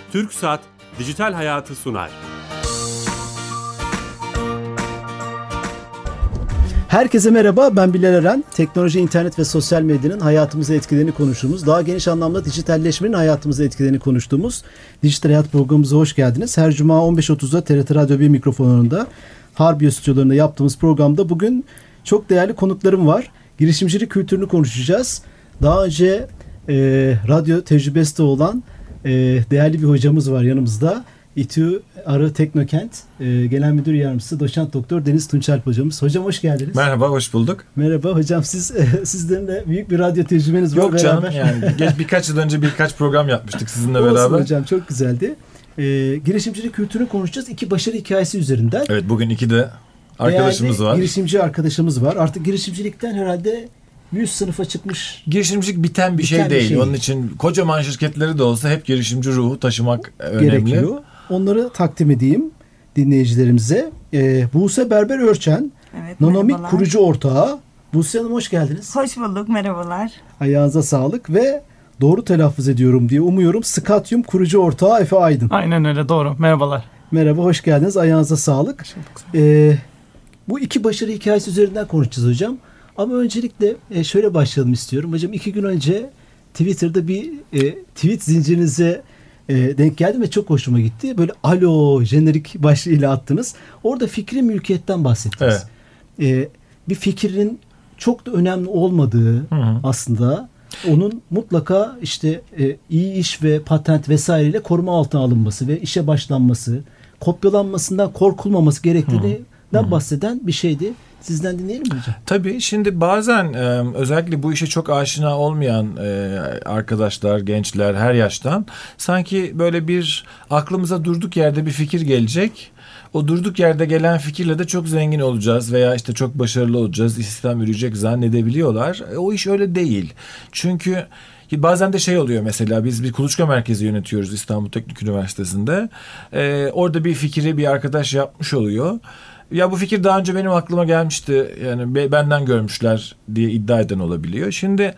TürkSat Dijital Hayatı sunar. Herkese merhaba, ben Bilal Eren. Teknoloji, internet ve sosyal medyanın hayatımıza etkilerini konuştuğumuz, daha geniş anlamda dijitalleşmenin hayatımıza etkilerini konuştuğumuz Dijital Hayat programımıza hoş geldiniz. Her cuma 15.30'da TRT Radyo 1 mikrofonunda Harbiye stüdyolarında yaptığımız programda bugün çok değerli konuklarım var. Girişimcilik kültürünü konuşacağız. Daha önce radyo tecrübesi de olan değerli bir hocamız var yanımızda. İTÜ Arı Teknokent Genel Müdür Yardımcısı Doçent Doktor Deniz Tunçalp hocamız. Hocam hoş geldiniz. Merhaba, hoş bulduk. Merhaba hocam, sizlerin de büyük bir radyo tecrübeniz var. Yok canım yani birkaç yıl önce birkaç program yapmıştık sizinle beraber. Olsun hocam, çok güzeldi. Girişimcilik kültürünü konuşacağız. 2 başarı hikayesi üzerinden. Evet, bugün 2 de arkadaşımız değerli var. Girişimci arkadaşımız var. Artık girişimcilikten herhalde 100 sınıfa çıkmış. Girişimcilik biten bir şey değil. Onun için kocaman şirketleri de olsa hep girişimci ruhu taşımak önemli. Gerekiyor. Onları takdim edeyim dinleyicilerimize. Buse Berber Örçen, evet, Nanomik merhabalar. kurucu ortağı. Buse Hanım hoş geldiniz. Hoş bulduk, merhabalar. Ayağınıza sağlık ve doğru telaffuz ediyorum diye umuyorum. Skatyum kurucu ortağı Efe Aydın. Aynen öyle, doğru. Merhabalar. Merhaba, hoş geldiniz. Ayağınıza sağlık. Bu 2 başarı hikayesi üzerinden konuşacağız hocam. Ama öncelikle şöyle başlayalım istiyorum. Hocam 2 gün önce Twitter'da bir tweet zincirinize denk geldim ve çok hoşuma gitti. Böyle alo jenerik başlığıyla attınız. Orada fikri mülkiyetten bahsettiniz. Evet. Bir fikrin çok da önemli olmadığı aslında onun mutlaka işte iyi iş ve patent vesaireyle koruma altına alınması ve işe başlanması, kopyalanmasından korkulmaması gerektiğinden bahseden bir şeydi. Sizden dinleyelim mi hocam? Tabii, şimdi bazen özellikle bu işe çok aşina olmayan arkadaşlar, gençler her yaştan sanki böyle bir aklımıza durduk yerde bir fikir gelecek. O durduk yerde gelen fikirle de çok zengin olacağız veya işte çok başarılı olacağız, istihdam ürecek zannedebiliyorlar. O iş öyle değil. Çünkü bazen de şey oluyor, mesela biz bir kuluçka merkezi yönetiyoruz İstanbul Teknik Üniversitesi'nde. Orada bir fikri bir arkadaş yapmış oluyor. Ya bu fikir daha önce benim aklıma gelmişti, yani benden görmüşler diye iddia eden olabiliyor. Şimdi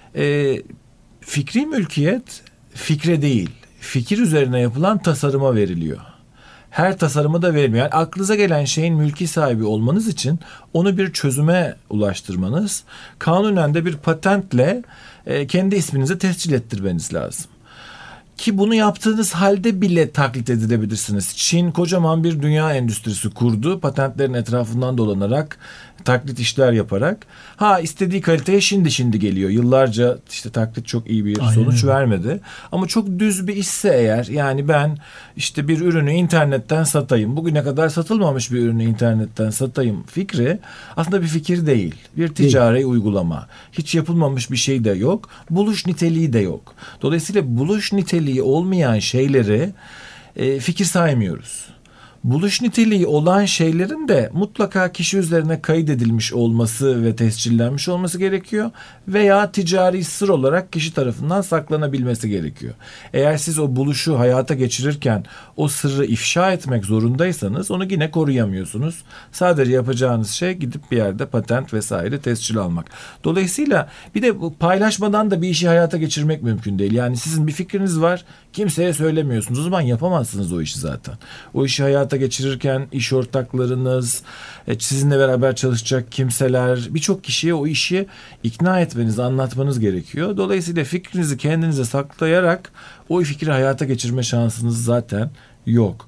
fikri mülkiyet fikre değil, fikir üzerine yapılan tasarıma veriliyor. Her tasarıma da verilmiyor. Yani aklınıza gelen şeyin mülki sahibi olmanız için onu bir çözüme ulaştırmanız, kanunen de bir patentle kendi isminize tescil ettirmeniz lazım. Ki bunu yaptığınız halde bile taklit edilebilirsiniz. Çin kocaman bir dünya endüstrisi kurdu. Patentlerin etrafından dolanarak, taklit işler yaparak. İstediği kaliteye şimdi geliyor. Yıllarca işte taklit çok iyi bir sonuç vermedi. Ama çok düz bir işse eğer, yani ben işte bir ürünü internetten satayım, bugüne kadar satılmamış bir ürünü internetten satayım fikri aslında bir fikir değil. Bir ticari uygulama. Hiç yapılmamış bir şey de yok. Buluş niteliği de yok. Dolayısıyla buluş niteliği olmayan şeyleri fikir saymıyoruz. Buluş niteliği olan şeylerin de mutlaka kişi üzerine kaydedilmiş olması ve tescillenmiş olması gerekiyor veya ticari sır olarak kişi tarafından saklanabilmesi gerekiyor. Eğer siz o buluşu hayata geçirirken o sırrı ifşa etmek zorundaysanız onu yine koruyamıyorsunuz. Sadece yapacağınız şey gidip bir yerde patent vesaire tescil almak. Dolayısıyla bir de paylaşmadan da bir işi hayata geçirmek mümkün değil. Yani sizin bir fikriniz var, kimseye söylemiyorsunuz. O zaman yapamazsınız o işi zaten. O işi hayata geçirirken iş ortaklarınız, sizinle beraber çalışacak kimseler, birçok kişiye o işi ikna etmeniz, anlatmanız gerekiyor. Dolayısıyla fikrinizi kendinize saklayarak o fikri hayata geçirme şansınız zaten yok.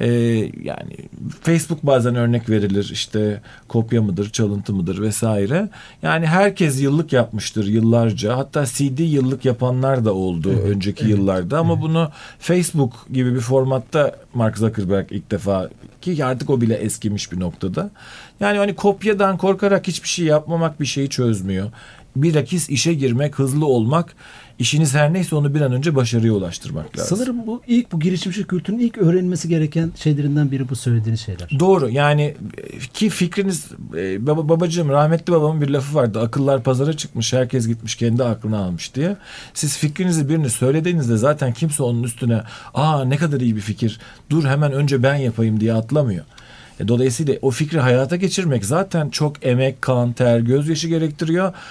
Yani Facebook bazen örnek verilir, işte kopya mıdır, çalıntı mıdır vesaire. Yani herkes yıllık yapmıştır yıllarca. Hatta CD yıllık yapanlar da oldu önceki yıllarda. Ama bunu Facebook gibi bir formatta Mark Zuckerberg ilk defa, ki artık o bile eskimiş bir noktada. Yani hani kopyadan korkarak hiçbir şey yapmamak bir şeyi çözmüyor. Bilakis işe girmek, hızlı olmak, işiniz her neyse onu bir an önce başarıya ulaştırmak lazım. Sanırım bu girişimcilik kültürünün ilk öğrenilmesi gereken şeylerinden biri bu söylediğiniz şeyler. Doğru, yani ki fikriniz, babacığım, rahmetli babamın bir lafı vardı. Akıllar pazara çıkmış, herkes gitmiş kendi aklını almış diye. Siz fikrinizi birini söylediğinizde zaten kimse onun üstüne ne kadar iyi bir fikir, dur hemen önce ben yapayım diye atlamıyor. Dolayısıyla o fikri hayata geçirmek zaten çok emek, kan, ter, gözyaşı gerektiriyor.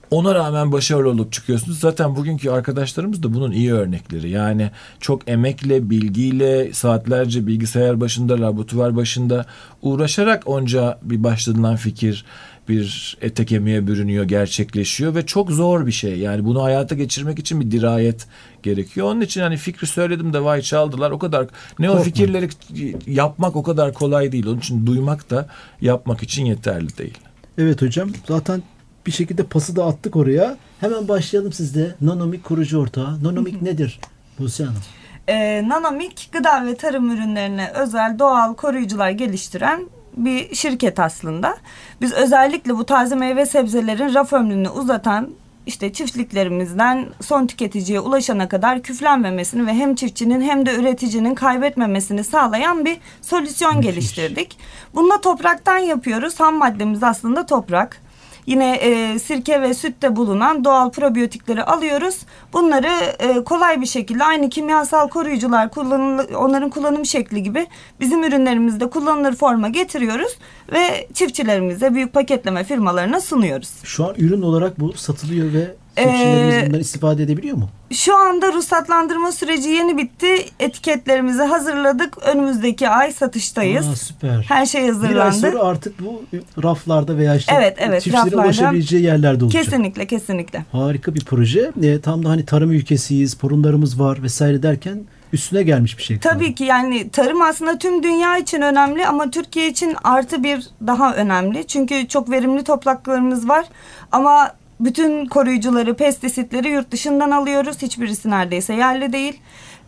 Ona rağmen başarılı olup çıkıyorsunuz. Zaten bugünkü arkadaşlarımız da bunun iyi örnekleri. Yani çok emekle, bilgiyle, saatlerce bilgisayar başında, laboratuvar başında uğraşarak onca bir başlanılan fikir bir ete kemiğe bürünüyor, gerçekleşiyor ve çok zor bir şey. Yani bunu hayata geçirmek için bir dirayet gerekiyor. Onun için hani fikri söyledim de vay çaldılar. O kadar o fikirleri yapmak o kadar kolay değil. Onun için duymak da yapmak için yeterli değil. Evet hocam. Zaten bir şekilde pası da attık oraya. Hemen başlayalım sizde. Nanomik kurucu ortağı. Nanomik nedir Buse Hanım? Nanomik gıda ve tarım ürünlerine özel doğal koruyucular geliştiren bir şirket aslında. Biz özellikle bu taze meyve sebzelerin raf ömrünü uzatan işte çiftliklerimizden son tüketiciye ulaşana kadar küflenmemesini ve hem çiftçinin hem de üreticinin kaybetmemesini sağlayan bir solüsyon geliştirdik. Bunu da topraktan yapıyoruz. Ham maddemiz aslında toprak. Yine sirke ve sütte bulunan doğal probiyotikleri alıyoruz. Bunları kolay bir şekilde aynı kimyasal koruyucular onların kullanım şekli gibi bizim ürünlerimizde kullanılır forma getiriyoruz ve çiftçilerimize, büyük paketleme firmalarına sunuyoruz. Şu an ürün olarak bu satılıyor ve çiftçilerimiz bundan istifade edebiliyor mu? Şu anda ruhsatlandırma süreci yeni bitti. Etiketlerimizi hazırladık. Önümüzdeki ay satıştayız. Süper. Her şey hazırlandı. Bir ay sonra artık bu raflarda veya işte evet, çiftçilerin raflarda ulaşabileceği yerlerde olacak. Kesinlikle. Harika bir proje. Tam da hani tarım ülkesiyiz, porunlarımız var vesaire derken üstüne gelmiş bir şey. Tabii ki yani tarım aslında tüm dünya için önemli ama Türkiye için artı bir daha önemli. Çünkü çok verimli topraklarımız var ama bütün koruyucuları, pestisitleri yurt dışından alıyoruz. Hiçbirisi neredeyse yerli değil.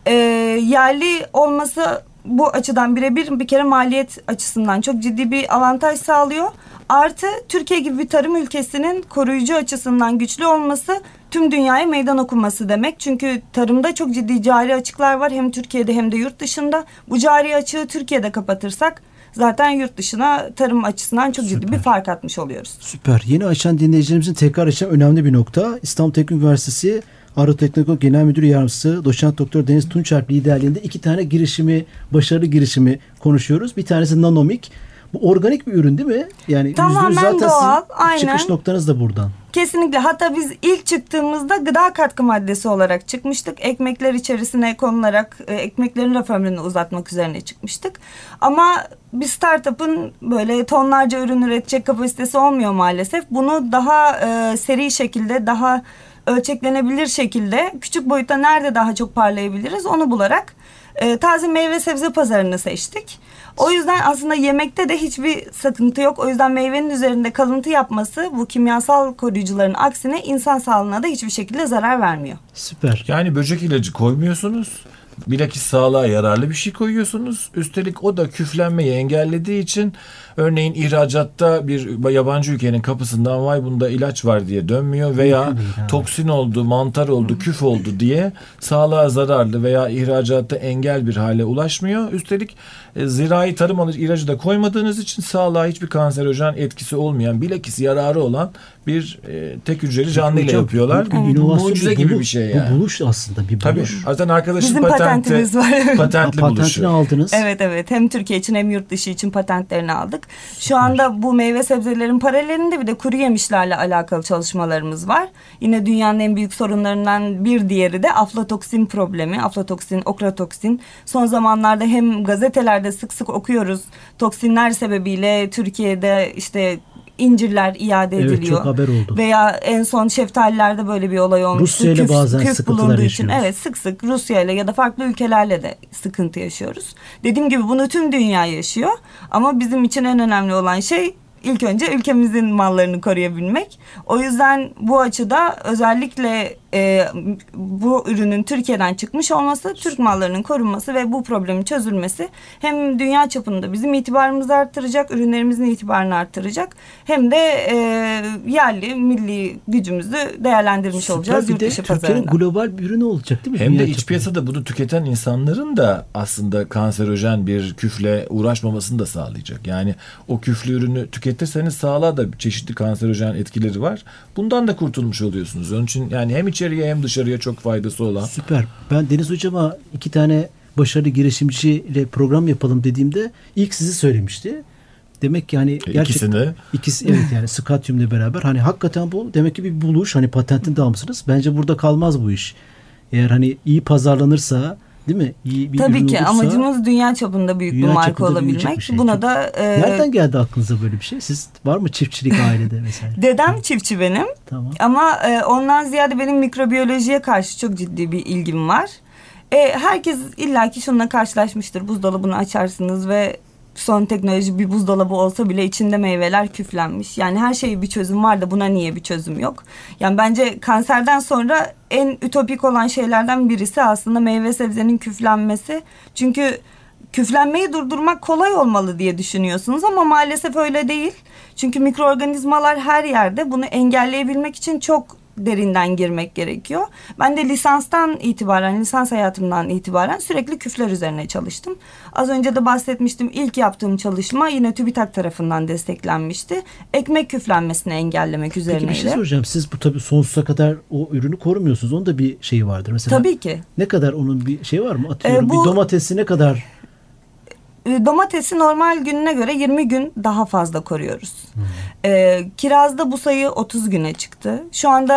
Yerli olması bu açıdan birebir bir kere maliyet açısından çok ciddi bir avantaj sağlıyor. Artı Türkiye gibi bir tarım ülkesinin koruyucu açısından güçlü olması tüm dünyaya meydan okuması demek. Çünkü tarımda çok ciddi cari açıklar var hem Türkiye'de hem de yurt dışında. Bu cari açığı Türkiye'de kapatırsak zaten yurt dışına tarım açısından çok ciddi bir fark atmış oluyoruz. Süper. Yeni açan dinleyicilerimizin tekrar için önemli bir nokta. İstanbul Teknik Üniversitesi Agroteknoloji Genel Müdür Yardımcısı Doçent Doktor Deniz Tunçalp liderliğinde 2 tane başarılı girişimi konuşuyoruz. Bir tanesi Nanomik. Bu organik bir ürün değil mi? Yani tamamen zaten doğal. Aynen. Çıkış noktanız da buradan. Kesinlikle. Hatta biz ilk çıktığımızda gıda katkı maddesi olarak çıkmıştık. Ekmekler içerisine konularak ekmeklerin raf ömrünü uzatmak üzerine çıkmıştık. Ama bir startup'ın böyle tonlarca ürün üretecek kapasitesi olmuyor maalesef. Bunu daha seri şekilde, daha ölçeklenebilir şekilde küçük boyutta nerede daha çok parlayabiliriz onu bularak taze meyve sebze pazarını seçtik. O yüzden aslında yemekte de hiçbir sıkıntı yok. O yüzden meyvenin üzerinde kalıntı yapması bu kimyasal koruyucuların aksine insan sağlığına da hiçbir şekilde zarar vermiyor. Süper. Yani böcek ilacı koymuyorsunuz. Bilakis sağlığa yararlı bir şey koyuyorsunuz. Üstelik o da küflenmeyi engellediği için örneğin ihracatta bir yabancı ülkenin kapısından vay bunda ilaç var diye dönmüyor veya toksin oldu, mantar oldu, küf oldu diye sağlığa zararlı veya ihracatta engel bir hale ulaşmıyor. Üstelik zirai tarım ilacı da koymadığınız için sağlığa hiçbir kanserojen etkisi olmayan, bilakis yararı olan bir tek hücreli canlı ile yapıyorlar. Mucize gibi bir şey yani. Bu buluş aslında bir buluş. Tabii. Zaten arkadaşın bizim patentimiz var. Patentli buluşu. Patentini aldınız. Evet. Hem Türkiye için hem yurt dışı için patentlerini aldık. Şu anda bu meyve sebzelerin paralelinde bir de kuru yemişlerle alakalı çalışmalarımız var. Yine dünyanın en büyük sorunlarından bir diğeri de aflatoksin problemi. Aflatoksin, okratoksin. Son zamanlarda hem gazetelerde sık sık okuyoruz. Toksinler sebebiyle Türkiye'de işte incirler iade ediliyor. Evet, çok haber oldu. Veya en son şeftalilerde böyle bir olay olmuştu. Rusya ile bazen küf sıkıntılar bulunduğu yaşıyoruz. için, evet, sık sık Rusya ile ya da farklı ülkelerle de sıkıntı yaşıyoruz. Dediğim gibi bunu tüm dünya yaşıyor. Ama bizim için en önemli olan şey ilk önce ülkemizin mallarını koruyabilmek. O yüzden bu açıda özellikle bu ürünün Türkiye'den çıkmış olması, Türk mallarının korunması ve bu problemin çözülmesi hem dünya çapında bizim itibarımızı arttıracak, ürünlerimizin itibarını arttıracak, hem de yerli, milli gücümüzü değerlendirmiş olacağız yurt dışı pazarında. Türkiye'nin global bir ürünü olacak değil mi? Hem dünya de iç çapında? piyasada bunu tüketen insanların da aslında kanserojen bir küfle uğraşmamasını da sağlayacak. Yani o küflü ürünü tüketirseniz sağlığa da çeşitli kanserojen etkileri var. Bundan da kurtulmuş oluyorsunuz. Onun için yani hem içeriye hem dışarıya çok faydası olan. Süper. Ben Deniz Hocam'a 2 tane başarılı girişimciyle program yapalım dediğimde ilk sizi söylemişti. Demek ki hani gerçekten ikisi evet yani Scatium'la beraber hani hakikaten bu demek ki bir buluş, hani patentin de almışsınız. Bence burada kalmaz bu iş. Eğer hani iyi pazarlanırsa, değil mi? İyi bir Tabii ürün ki olursa, amacımız dünya çapında büyük bir marka olabilmek. Bir şey. Buna da nereden geldi aklınıza böyle bir şey? Siz var mı çiftçilik ailede mesela? Dedem çiftçi benim. Tamam. Ama ondan ziyade benim mikrobiyolojiye karşı çok ciddi bir ilgim var. Herkes illaki şununla karşılaşmıştır. Buzdolabını açarsınız ve son teknoloji bir buzdolabı olsa bile içinde meyveler küflenmiş. Yani her şeye bir çözüm var da buna niye bir çözüm yok? Yani bence kanserden sonra en ütopik olan şeylerden birisi aslında meyve sebzenin küflenmesi. Çünkü küflenmeyi durdurmak kolay olmalı diye düşünüyorsunuz ama maalesef öyle değil. Çünkü mikroorganizmalar her yerde, bunu engelleyebilmek için çok derinden girmek gerekiyor. Ben de lisans hayatımdan itibaren sürekli küfler üzerine çalıştım. Az önce de bahsetmiştim, ilk yaptığım çalışma yine TÜBİTAK tarafından desteklenmişti. Ekmek küflenmesini engellemek üzerineydi. Peki bir şey soracağım. Siz bu tabii sonsuza kadar o ürünü korumuyorsunuz. Onun da bir şeyi vardır. Mesela tabii ki. Ne kadar onun bir şey var mı? Atıyorum Bu bir domatesi ne kadar? Domatesi normal gününe göre 20 gün daha fazla koruyoruz. Kirazda bu sayı 30 güne çıktı. Şu anda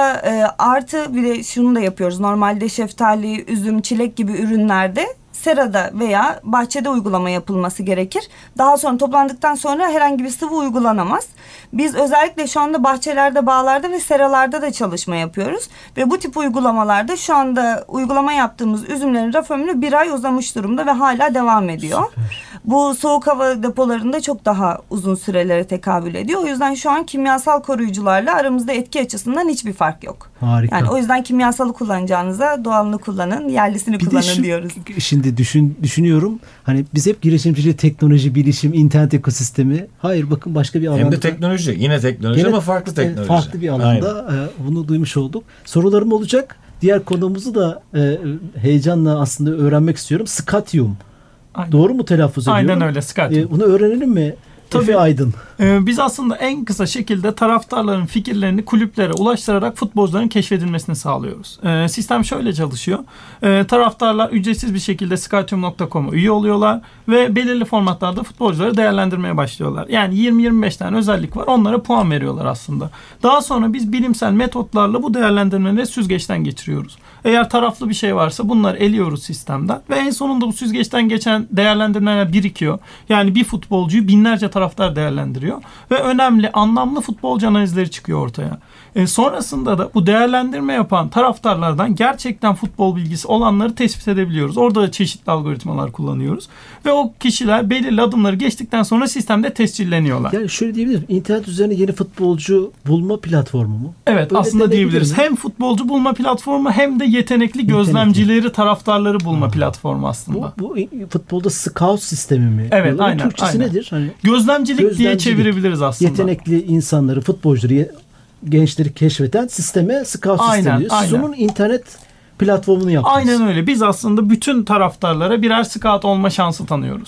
artı bir de şunu da yapıyoruz. Normalde şeftali, üzüm, çilek gibi ürünlerde serada veya bahçede uygulama yapılması gerekir. Daha sonra toplandıktan sonra herhangi bir sıvı uygulanamaz. Biz özellikle şu anda bahçelerde, bağlarda ve seralarda da çalışma yapıyoruz. Ve bu tip uygulamalarda şu anda uygulama yaptığımız üzümlerin raf ömrü 1 ay uzamış durumda ve hala devam ediyor. Süper. Bu soğuk hava depolarında çok daha uzun sürelere tekabül ediyor. O yüzden şu an kimyasal koruyucularla aramızda etki açısından hiçbir fark yok. Harika. Yani o yüzden kimyasalı kullanacağınıza doğalını kullanın, yerlisini kullanın diyoruz. Şimdi düşünüyorum. Hani biz hep girişimcilik, teknoloji, bilişim, internet ekosistemi. Hayır bakın başka bir alanda. Hem de teknoloji. Yine teknoloji ama farklı teknoloji. Farklı bir alanda bunu duymuş olduk. Sorularım olacak. Diğer konuğumuzu da heyecanla aslında öğrenmek istiyorum. Scatium. Aynen. Doğru mu telaffuz ediyorum? Aynen öyle. Scatium. Bunu öğrenelim mi? Tabii. Efe Aydın. Biz aslında en kısa şekilde taraftarların fikirlerini kulüplere ulaştırarak futbolcuların keşfedilmesini sağlıyoruz. Sistem şöyle çalışıyor. Taraftarlar ücretsiz bir şekilde scatium.com'a üye oluyorlar ve belirli formatlarda futbolcuları değerlendirmeye başlıyorlar. Yani 20-25 tane özellik var. Onlara puan veriyorlar aslında. Daha sonra biz bilimsel metotlarla bu değerlendirmeleri süzgeçten geçiriyoruz. Eğer taraflı bir şey varsa bunları eliyoruz sistemden ve en sonunda bu süzgeçten geçen değerlendirmeler birikiyor. Yani bir futbolcuyu binlerce taraftar değerlendiriyor ve önemli, anlamlı futbolcu analizleri çıkıyor ortaya. Sonrasında da bu değerlendirme yapan taraftarlardan gerçekten futbol bilgisi olanları tespit edebiliyoruz. Orada da çeşitli algoritmalar kullanıyoruz ve o kişiler belirli adımları geçtikten sonra sistemde tescilleniyorlar. Yani şöyle diyebilirim. İnternet üzerine yeni futbolcu bulma platformu mu? Evet, Böyle aslında diyebiliriz. mi? Hem futbolcu bulma platformu hem de yetenekli gözlemcileri, taraftarları bulma platformu aslında. Bu futbolda scout sistemi mi? Evet, aynen. Türkçesi aynen. nedir? Hani Gözlemcilik diye çevirebiliriz aslında. Yetenekli insanları, futbolcuları, gençleri keşfeden sisteme scout sistemi diyor. Siz onun internet platformunu yaptınız. Aynen öyle. Biz aslında bütün taraftarlara birer scout olma şansı tanıyoruz.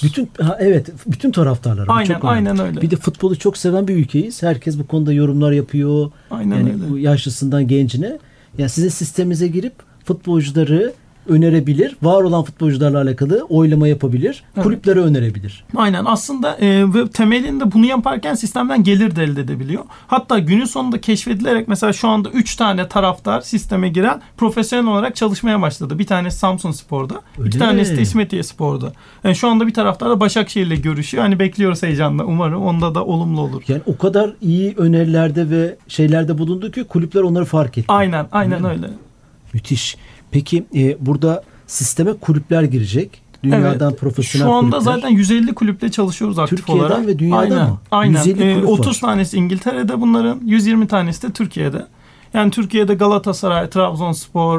Bütün taraftarlara. Aynen öyle. Bir de futbolu çok seven bir ülkeyiz. Herkes bu konuda yorumlar yapıyor. Aynen yani öyle. Bu yaşlısından gencine. Yani sizin sisteminize girip futbolcuları önerebilir. Var olan futbolcularla alakalı oylama yapabilir. Evet. Kulüplere önerebilir. Aynen. Aslında ve temelinde bunu yaparken sistemden gelir de elde edebiliyor. Hatta günün sonunda keşfedilerek mesela şu anda 3 tane taraftar sisteme giren profesyonel olarak çalışmaya başladı. Bir tanesi Samsunspor'da. İki tanesi de İsmetiyespor'da. Yani şu anda bir taraftar da Başakşehir'le görüşüyor. Hani bekliyoruz heyecanla. Umarım onda da olumlu olur. Yani o kadar iyi önerilerde ve şeylerde bulundu ki kulüpler onları fark etti. Aynen öyle. Müthiş. Peki burada sisteme kulüpler girecek. Dünyadan profesyonel kulüpler. Şu anda zaten 150 kulüple çalışıyoruz aktif Türkiye'den olarak. Türkiye'den ve dünyada mı? Aynen. 150 kulüp 30 var. tanesi İngiltere'de bunların, 120 tanesi de Türkiye'de. Yani Türkiye'de Galatasaray, Trabzonspor,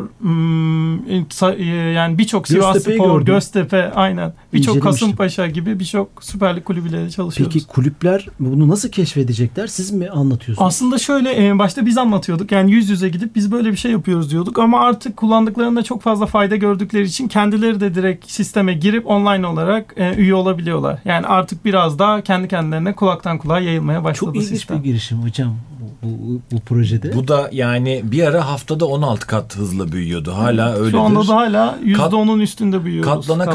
yani birçok Sivasspor, Göztepe, aynen. Birçok Kasımpaşa gibi birçok Süper Lig kulübüyle çalışıyoruz. Peki kulüpler bunu nasıl keşfedecekler? Siz mi anlatıyorsunuz? Aslında şöyle başta biz anlatıyorduk. Yani yüz yüze gidip biz böyle bir şey yapıyoruz diyorduk. Ama artık kullandıklarında çok fazla fayda gördükleri için kendileri de direkt sisteme girip online olarak üye olabiliyorlar. Yani artık biraz daha kendi kendilerine kulaktan kulağa yayılmaya başladı sistem. Çok ilginç bir girişim hocam. bu projede? Bu da yani bir ara haftada 16 kat hızla büyüyordu. Hala öyledir. Şu anda da hala %10'un üstünde büyüyoruz.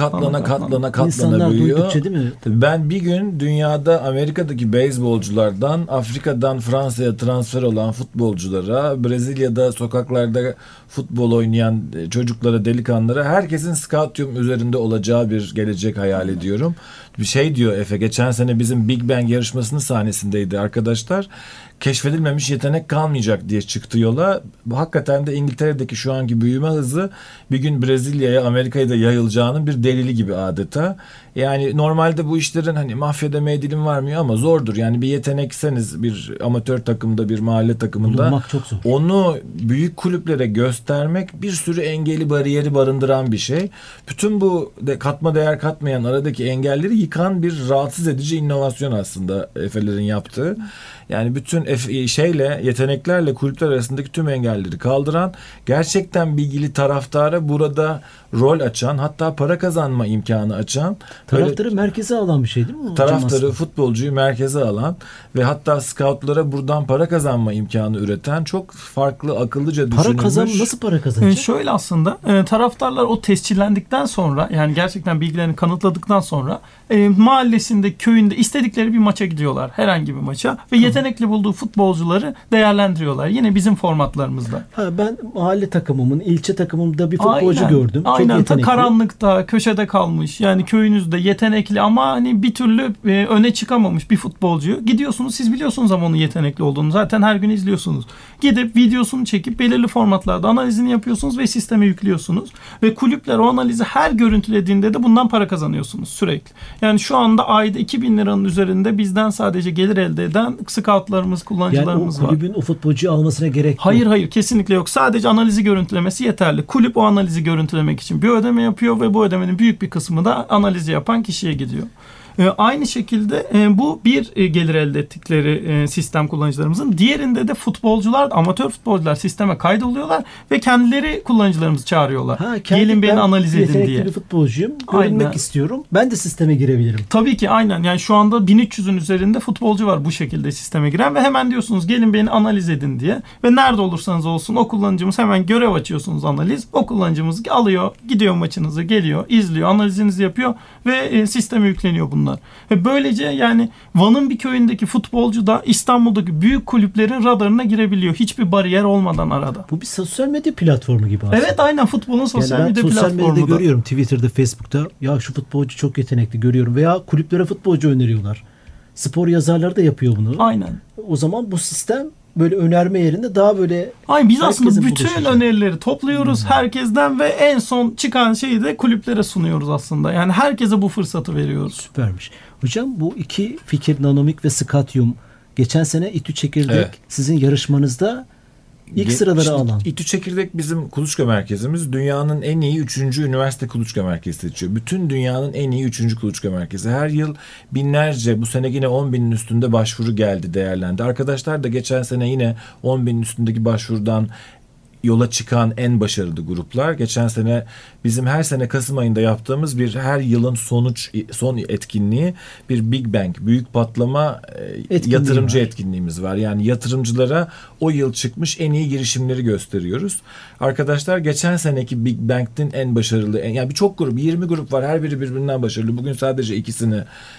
Katlana İnsanlar büyüyor. duydukça değil mi? Ben bir gün dünyada Amerika'daki beyzbolculardan Afrika'dan Fransa'ya transfer olan futbolculara, Brezilya'da sokaklarda futbol oynayan çocuklara, delikanlılara, herkesin Scoutyum üzerinde olacağı bir gelecek hayal ediyorum. Bir şey diyor Efe, geçen sene bizim Big Bang yarışmasının sahnesindeydi arkadaşlar. Keşfedilmemiş yetenek kalmayacak diye çıktı yola. Hakikaten de İngiltere'deki şu anki büyüme hızı bir gün Brezilya'ya, Amerika'ya da yayılacağının bir delili gibi adeta. Yani normalde bu işlerin hani mafya demeye dilim varmıyor ama zordur. Yani bir yetenekseniz bir amatör takımda, bir mahalle takımında bulunmak çok zor. onu büyük kulüplere göstermek bir sürü engeli, bariyeri barındıran bir şey. Bütün bu katma değer katmayan aradaki engelleri yıkan bir rahatsız edici inovasyon aslında Efe'lerin yaptığı. Yani bütün yeteneklerle kulüpler arasındaki tüm engelleri kaldıran, gerçekten bilgili taraftara burada rol açan, hatta para kazanma imkanı açan, taraftarı merkeze alan bir şey değil mi? Taraftarı, futbolcuyu merkeze alan ve hatta scoutlara buradan para kazanma imkanı üreten çok farklı, akıllıca düşünülmüş. Nasıl para kazanacak? Şöyle aslında taraftarlar o tescillendikten sonra, yani gerçekten bilgilerini kanıtladıktan sonra mahallesinde, köyünde istedikleri bir maça gidiyorlar. Herhangi bir maça ve yetenekli bulduğu futbolcuları değerlendiriyorlar. Yine bizim formatlarımızda. Ben mahalle takımımın, ilçe takımımda bir futbolcu gördüm. Çok Aynen. yetenekli. Karanlıkta, köşede kalmış. Yani köyünüzde yetenekli ama hani bir türlü öne çıkamamış bir futbolcuyu. Gidiyorsunuz, siz biliyorsunuz ama onun yetenekli olduğunu. Zaten her gün izliyorsunuz. Gidip videosunu çekip belirli formatlarda analizini yapıyorsunuz ve sisteme yüklüyorsunuz. Ve kulüpler o analizi her görüntülediğinde de bundan para kazanıyorsunuz sürekli. Yani şu anda ayda 2.000 liranın üzerinde bizden sadece gelir elde eden scoutlarımız, kullanıcılarımız var. Yani o kulübün o futbolcuyu almasına gerek yok. Hayır, kesinlikle yok. Sadece analizi görüntülemesi yeterli. Kulüp o analizi görüntülemek için bir ödeme yapıyor ve bu ödemenin büyük bir kısmı da analizi yapan kişiye gidiyor. Aynı şekilde bu bir gelir elde ettikleri sistem kullanıcılarımızın. Diğerinde de futbolcular, amatör futbolcular sisteme kaydoluyorlar ve kendileri kullanıcılarımızı çağırıyorlar. Gelin beni analiz edin diye. Yetenekli bir futbolcuyum. Görünmek istiyorum. Ben de sisteme girebilirim. Tabii ki aynen. Yani şu anda 1300'ün üzerinde futbolcu var bu şekilde sisteme giren ve hemen diyorsunuz gelin beni analiz edin diye. Ve nerede olursanız olsun o kullanıcımız, hemen görev açıyorsunuz analiz. O kullanıcımız alıyor, gidiyor maçınızı, geliyor, izliyor, analizinizi yapıyor ve sisteme yükleniyor bunlar. Ve böylece yani Van'ın bir köyündeki futbolcu da İstanbul'daki büyük kulüplerin radarına girebiliyor. Hiçbir bariyer olmadan arada. Bu bir sosyal medya platformu gibi aslında. Evet, aynen, futbolun sosyal medya platformu. Sosyal medyada görüyorum, Twitter'da, Facebook'ta, ya şu futbolcu çok yetenekli görüyorum veya kulüplere futbolcu öneriyorlar. Spor yazarları da yapıyor bunu. Aynen. O zaman bu sistem böyle önerme yerinde daha böyle... Aynen, biz aslında bütün önerileri topluyoruz herkesten ve en son çıkan şeyi de kulüplere sunuyoruz aslında. Yani herkese bu fırsatı veriyoruz. Süpermiş. Hocam bu iki fikir, Nanomik ve Scoutyum, geçen sene İTÜ Çekirdek sizin yarışmanızda İlk sıraları alan. İTÜ Çekirdek bizim kuluçka merkezimiz. Dünyanın en iyi 3. üniversite kuluçka merkezi seçiyor. Bütün dünyanın en iyi 3. kuluçka merkezi. Her yıl binlerce, bu sene yine 10.000'in üstünde başvuru geldi, değerlendi. Arkadaşlar da geçen sene yine 10.000'in üstündeki başvurudan yola çıkan en başarılı gruplar. Geçen sene bizim her sene Kasım ayında yaptığımız bir her yılın son etkinliği bir Big Bang, büyük patlama yatırımcı etkinliğimiz var. Yani yatırımcılara o yıl çıkmış en iyi girişimleri gösteriyoruz. Arkadaşlar geçen seneki Big Bang'in en başarılı, yani birçok grup, 20 grup var. Her biri birbirinden başarılı. Bugün sadece ikisini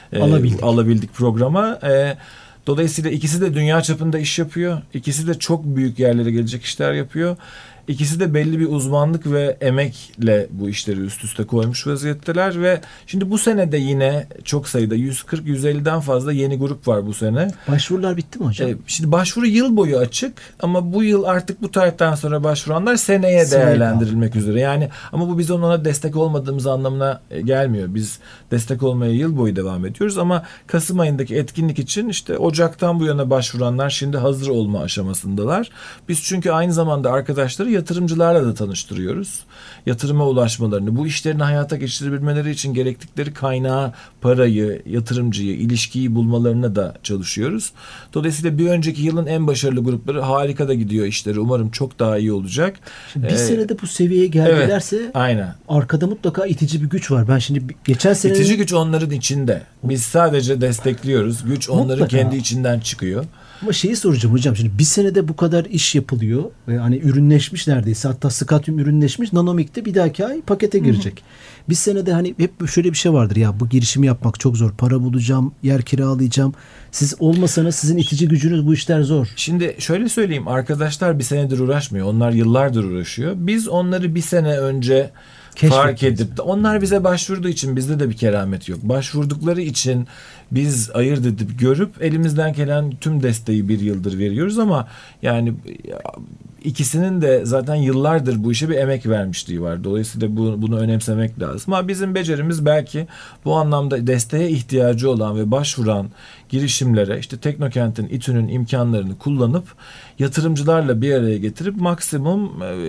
alabildik programa. Dolayısıyla ikisi de dünya çapında iş yapıyor. İkisi de çok büyük yerlere gelecek işler yapıyor. İkisi de belli bir uzmanlık ve emekle bu işleri üst üste koymuş vaziyetteler ve şimdi bu sene de yine çok sayıda 140-150'den fazla yeni grup var bu sene. Başvurular bitti mi hocam? Şimdi başvuru yıl boyu açık ama bu yıl artık bu tarihten sonra başvuranlar seneye değerlendirilmek üzere. Yani ama bu biz ona destek olmadığımız anlamına gelmiyor. Biz destek olmaya yıl boyu devam ediyoruz ama Kasım ayındaki etkinlik için işte Ocak'tan bu yana başvuranlar şimdi hazır olma aşamasındalar. Biz çünkü aynı zamanda arkadaşları yatırımcılarla da tanıştırıyoruz. Yatırıma ulaşmalarını, bu işlerini hayata geçirebilmeleri için gerektikleri kaynağı, parayı, yatırımcıyı, ilişkiyi bulmalarına da çalışıyoruz. Dolayısıyla bir önceki yılın en başarılı grupları, harika da gidiyor işleri. Umarım çok daha iyi olacak. Şimdi bir senede bu seviyeye geldilerse Evet, aynen. arkada mutlaka itici bir güç var. Ben şimdi geçen sene İtici güç onların içinde. Biz sadece destekliyoruz. Güç onların Mutlaka. kendi içinden çıkıyor. ama şeyi soracağım hocam, şimdi bir senede bu kadar iş yapılıyor ve hani ürünleşmiş neredeyse, hatta Scatium ürünleşmiş, Nanomik de bir dahaki ay pakete girecek. Bir senede hani hep şöyle bir şey vardır ya, bu girişimi yapmak çok zor, para bulacağım, yer kiralayacağım, siz olmasanız, sizin itici gücünüz, bu işler zor. Şimdi şöyle söyleyeyim, arkadaşlar bir senedir uğraşmıyor. Onlar yıllardır uğraşıyor. Biz onları bir sene önce fark edip, onlar bize başvurduğu için bizde de bir keramet yok. Başvurdukları için biz ayırt edip görüp elimizden gelen tüm desteği bir yıldır veriyoruz, ama yani ikisinin de zaten yıllardır bu işe bir emek vermişliği var. Dolayısıyla bunu önemsemek lazım. Ama bizim becerimiz belki bu anlamda desteğe ihtiyacı olan ve başvuran girişimlere işte Teknokent'in, İTÜ'nün imkanlarını kullanıp yatırımcılarla bir araya getirip maksimum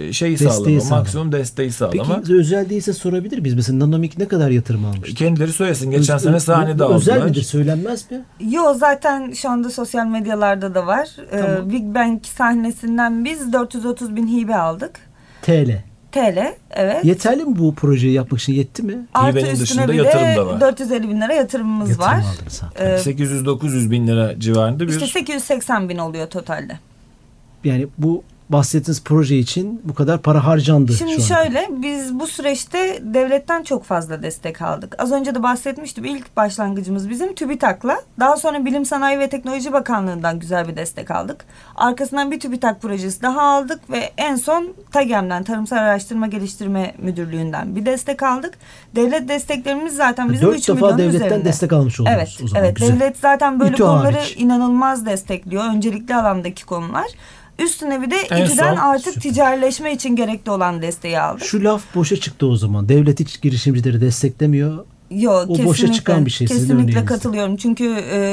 maksimum desteği sağlama. Peki özel değilse sorabilir miyiz? Mesela Nanomik ne kadar yatırım almıştı? Kendileri söylesin. Geçen sene sahnede aldılar. Özel midir? Söylenmez mi? Yo, zaten şu anda sosyal medyalarda da var. Tamam. Big Bang sahnesinden biz 430 bin hibe aldık. TL. Evet. Yeterli mi bu projeyi yapmak için, yetti mi? Artı Hibenin üstüne dışında bir yatırım de da var. 450 bin lira yatırımımız Yatırım var. aldınız ha. 800-900 bin lira civarında bir... İşte 880 bin oluyor totalde. Yani bu bahsettiğiniz proje için bu kadar para harcandı. Şimdi şu anda. şöyle, biz bu süreçte devletten çok fazla destek aldık. Az önce de bahsetmiştim, ilk başlangıcımız bizim TÜBİTAK'la. Daha sonra Bilim Sanayi ve Teknoloji Bakanlığı'ndan güzel bir destek aldık. Arkasından bir TÜBİTAK projesi daha aldık ve en son TAGEM'den, Tarımsal Araştırma Geliştirme Müdürlüğü'nden bir destek aldık. Devlet desteklerimiz zaten bizim 4 3 defa milyonun devletten üzerinde. destek almış oldunuz Evet, o zaman. evet. Güzel. Devlet zaten böyle İTÜ konuları hariç. inanılmaz destekliyor. Öncelikli alandaki konular. Üstüne bir de En İTÜ'den son- artık ticarileşme için gerekli olan desteği aldık. Şu laf boşa çıktı o zaman. Devlet hiç girişimcileri desteklemiyor. Yok, O boşa çıkan bir şey sizin Kesinlikle örneğinizde. katılıyorum. Çünkü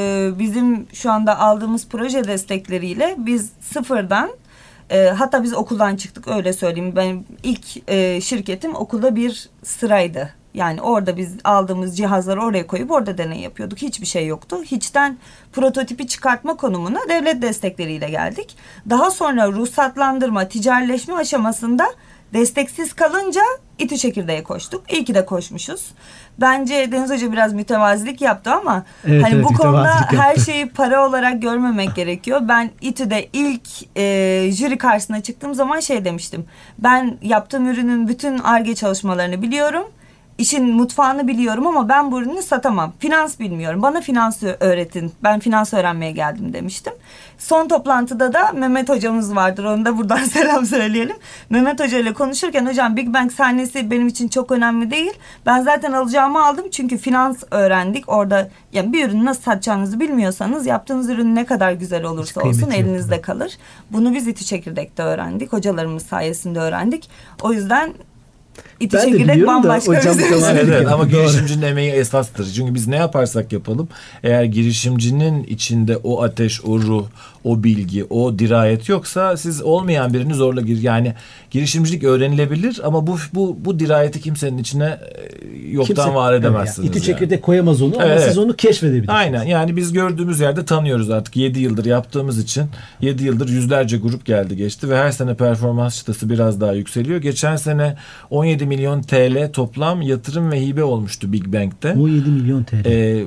bizim şu anda aldığımız proje destekleriyle biz sıfırdan, hatta biz okuldan çıktık, öyle söyleyeyim. Benim ilk şirketim okulda bir sıraydı. Yani orada biz aldığımız cihazları oraya koyup orada deney yapıyorduk. Hiçbir şey yoktu. Hiçten prototipi çıkartma konumuna devlet destekleriyle geldik. Daha sonra ruhsatlandırma, ticarileşme aşamasında desteksiz kalınca İTÜ Çekirdeğe koştuk. İyi ki de koşmuşuz. Bence Deniz Hoca biraz mütevazilik yaptı ama Evet, hani evet, bu konuda mütevazilik her yaptı. şeyi para olarak görmemek gerekiyor. Ben İTÜ'de ilk jüri karşısına çıktığım zaman şey demiştim. Ben yaptığım ürünün bütün Ar-Ge çalışmalarını biliyorum. İşin mutfağını biliyorum ama ben bu ürünü satamam. Finans bilmiyorum. Bana finans öğretin. Ben finans öğrenmeye geldim demiştim. Son toplantıda da Mehmet hocamız vardır. Onu da buradan selam söyleyelim. Mehmet Hoca ile konuşurken, hocam Big Bang sahnesi benim için çok önemli değil. Ben zaten alacağımı aldım çünkü finans öğrendik. Orada yani bir ürünü nasıl satacağınızı bilmiyorsanız yaptığınız ürün ne kadar güzel olursa Hiç olsun kıymeti yok, elinizde değil mi? kalır. Bunu biz İTÜ Çekirdek'te öğrendik. Hocalarımız sayesinde öğrendik. O yüzden İTÜ Ben de Çekirdek biliyorum da bambaşka hocam bir da var. Evet, ama Doğru. girişimcinin emeği esastır. Çünkü biz ne yaparsak yapalım, eğer girişimcinin içinde o ateş, o ruh, o bilgi, o dirayet yoksa siz olmayan birini zorla yani girişimcilik öğrenilebilir ama bu dirayeti kimsenin içine yoktan Kimse- var edemezsiniz. Evet, İTÜ yani. Çekirdek koyamaz onu ama Evet. siz onu keşfedebilirsiniz. Aynen, yani biz gördüğümüz yerde tanıyoruz artık. 7 yıldır yaptığımız için 7 yıldır yüzlerce grup geldi geçti ve her sene performans çıtası biraz daha yükseliyor. Geçen sene 17 milyon TL toplam yatırım ve hibe olmuştu Big Bang'te. 17 milyon TL.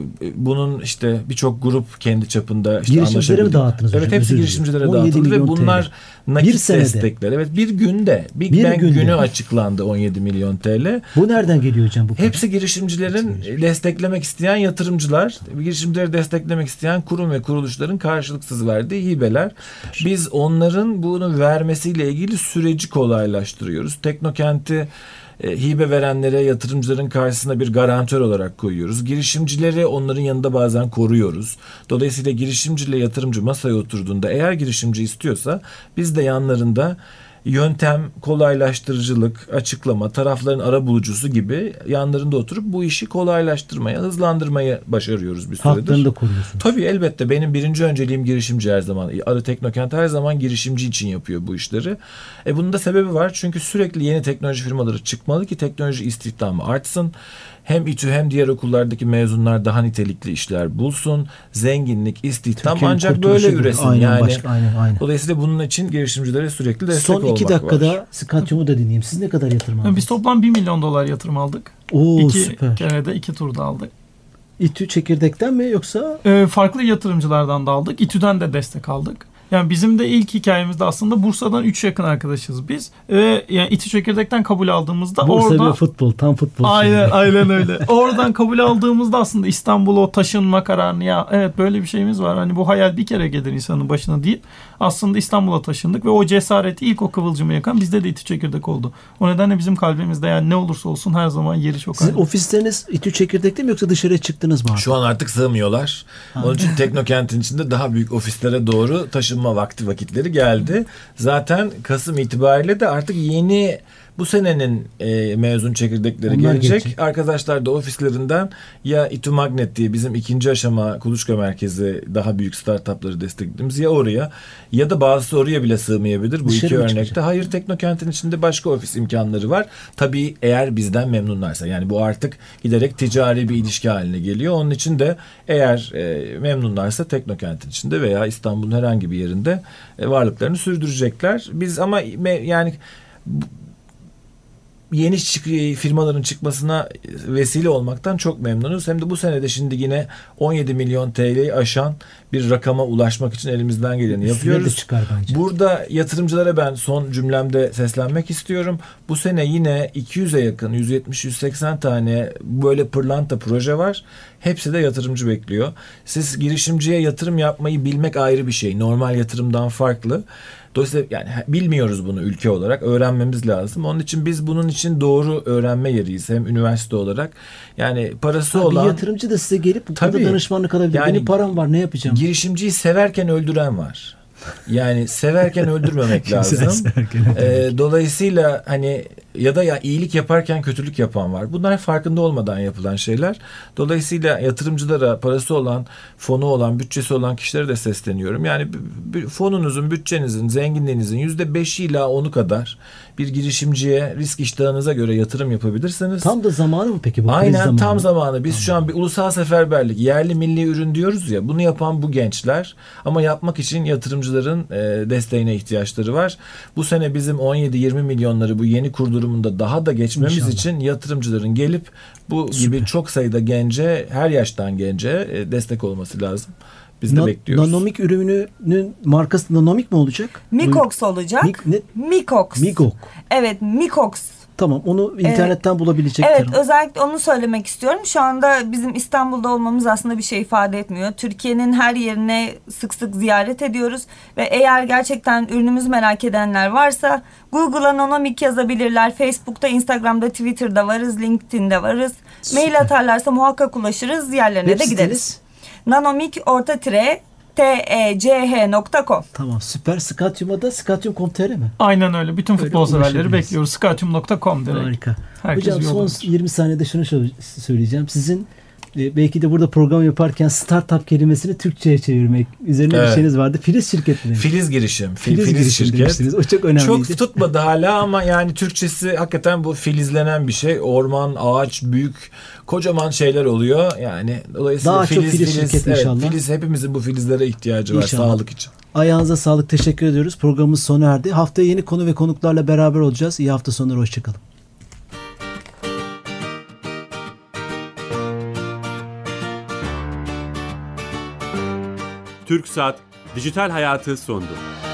Bunun işte birçok grup kendi çapında işte Girişimcilere mi anlaşabildi. dağıttınız hocam? Evet, hepsi Özür girişimcilere dilerim. 17 dağıtıldı ve milyon bunlar Bir nakit senede. destekler. Evet, bir günde Big Bir Bang günde. günü açıklandı 17 milyon TL. Bu nereden geliyor hocam bu para? Hepsi girişimcilerin desteklemek isteyen yatırımcılar, girişimcileri desteklemek isteyen kurum ve kuruluşların karşılıksız verdiği hibeler. Biz onların bunu vermesiyle ilgili süreci kolaylaştırıyoruz. Teknokent'i hibe verenlere, yatırımcıların karşısına bir garantör olarak koyuyoruz. Girişimcileri onların yanında bazen koruyoruz. Dolayısıyla girişimciyle yatırımcı masaya oturduğunda eğer girişimci istiyorsa biz de yanlarında yöntem, kolaylaştırıcılık, açıklama, tarafların arabulucusu gibi yanlarında oturup bu işi kolaylaştırmaya, hızlandırmaya başarıyoruz bir süredir. Haklarını da koruyorsunuz. Tabii elbette. Benim birinci önceliğim girişimci her zaman. Arı Teknokent her zaman girişimci için yapıyor bu işleri. Bunun da sebebi var. Çünkü sürekli yeni teknoloji firmaları çıkmalı ki teknoloji istihdamı artsın. Hem İTÜ hem diğer okullardaki mezunlar daha nitelikli işler bulsun. Zenginlik, istihdam Türkiye'nin ancak kurtuluşu böyle gibi. üresin. Aynen, Yani aynen. dolayısıyla bunun için girişimcilere sürekli destek Son olmak 2 dakikada var. Skatyum'u da dinleyeyim. Siz ne kadar yatırım aldınız? Biz toplam $1 milyon yatırım aldık. Oo, 2 süper. kere de 2 turda aldık. İTÜ çekirdekten mi yoksa? Farklı yatırımcılardan da aldık. İTÜ'den de destek aldık. Yani bizim de ilk hikayemizde aslında Bursa'dan 3 yakın arkadaşız biz. Yani İTÜ çekirdekten kabul aldığımızda Bursa orada... bir futbol, tam futbol. Aynen öyle. Oradan kabul aldığımızda aslında İstanbul'a o taşınma kararını, ya evet böyle bir şeyimiz var. Hani bu hayal bir kere gelir insanın başına değil. Aslında İstanbul'a taşındık ve o cesareti, ilk o kıvılcımı yakan bizde de İTÜ çekirdek oldu. O nedenle bizim kalbimizde yani ne olursa olsun her zaman yeri çok Sizin ayrı. ofisleriniz İTÜ çekirdekte mi yoksa dışarıya çıktınız mı abi? Şu an artık sığmıyorlar. Onun için Teknokent'in içinde daha büyük ofislere doğru taşınma vakitleri geldi. Zaten Kasım itibariyle de artık yeni bu senenin mezun çekirdekleri Onlar gelecek. Arkadaşlar da ofislerinden ya İTÜ Magnet diye bizim ikinci aşama kuluçka merkezi daha büyük startupları desteklediğimiz ya oraya ya da bazısı oraya bile sığmayabilir. Bu Dışarı iki mı örnekte. çıkacak? Hayır, Teknokent'in içinde başka ofis imkanları var. Tabii eğer bizden memnunlarsa, yani bu artık giderek ticari bir ilişki haline geliyor. Onun için de eğer memnunlarsa Teknokent'in içinde veya İstanbul'un herhangi bir yerinde varlıklarını sürdürecekler. Biz ama yani yeni firmaların çıkmasına vesile olmaktan çok memnunuz. Hem de bu senede şimdi yine 17 milyon TL'yi aşan bir rakama ulaşmak için elimizden geleni yapıyoruz. Süre de çıkar bence. Burada yatırımcılara ben son cümlemde seslenmek istiyorum. Bu sene yine 200'e yakın, 170-180 tane böyle pırlanta proje var. Hepsi de yatırımcı bekliyor. Siz girişimciye yatırım yapmayı bilmek ayrı bir şey. Normal yatırımdan farklı. Dolayısıyla yani bilmiyoruz bunu ülke olarak. Öğrenmemiz lazım. Onun için biz bunun için doğru öğrenme yeriyiz. Hem üniversite olarak. Yani parası olan... Bir yatırımcı da size gelip bu Tabii. kadar danışmanlık alabilir. Yani Benim param var, ne yapacağım? Girişimciyi severken öldüren var. Yani severken öldürmemek lazım. Dolayısıyla hani ya da iyilik yaparken kötülük yapan var. Bunlar farkında olmadan yapılan şeyler. Dolayısıyla yatırımcılara, parası olan, fonu olan, bütçesi olan kişilere de sesleniyorum. Yani fonunuzun, bütçenizin, zenginliğinizin %5'i ila 10'u kadar bir girişimciye risk iştahınıza göre yatırım yapabilirsiniz. Tam da zamanı mı peki bu? kriz Aynen zamanı? tam zamanı. Biz şu an bir ulusal seferberlik, yerli milli ürün diyoruz ya, bunu yapan bu gençler, ama yapmak için yatırımcıların desteğine ihtiyaçları var. Bu sene bizim 17-20 milyonları bu yeni kur durumunda daha da geçmemiz İnşallah. için yatırımcıların gelip bu gibi çok sayıda gence, her yaştan gence destek olması lazım. Biz de bekliyoruz. Nanomik ürününün markası Nanomik mi olacak? Mikox olacak. Mikox. Migok. Evet, Mikox. Tamam, onu internetten bulabilecekler. Evet, özellikle onu söylemek istiyorum. Şu anda bizim İstanbul'da olmamız aslında bir şey ifade etmiyor. Türkiye'nin her yerine sık sık ziyaret ediyoruz ve eğer gerçekten ürünümüzü merak edenler varsa Google'a Nanomik yazabilirler. Facebook'ta, Instagram'da, Twitter'da varız, LinkedIn'de varız. Süper. Mail atarlarsa muhakkak ulaşırız. Yerlerine Web de siteniz? gideriz. nanomik_tech.com. Tamam, süper. Skatyum'a da skatyum.com.tr mi? Aynen öyle. Bütün Öyle futbol severleri ulaşabiliriz. bekliyoruz. Skatyum.com direkt. Harika. Herkes Hocam bir son yoldadır. 20 saniyede şunu söyleyeceğim. Sizin belki de burada program yaparken startup kelimesini Türkçe'ye çevirmek üzerine bir şeyiniz vardı. Filiz şirketi mi? Filiz girişim. Filiz şirket. demiştiniz. O çok önemliydi. Çok tutmadı hala ama yani Türkçesi hakikaten bu filizlenen bir şey. Orman, ağaç, büyük, kocaman şeyler oluyor. Yani dolayısıyla Daha çok filiz şirketi inşallah. Filiz, hepimizin bu filizlere ihtiyacı var İnşallah. sağlık için. Ayağınıza sağlık. Teşekkür ediyoruz. Programımız sona erdi. Haftaya yeni konu ve konuklarla beraber olacağız. İyi hafta sonları. Hoşçakalın. TürkSat Dijital Hayatı sondu.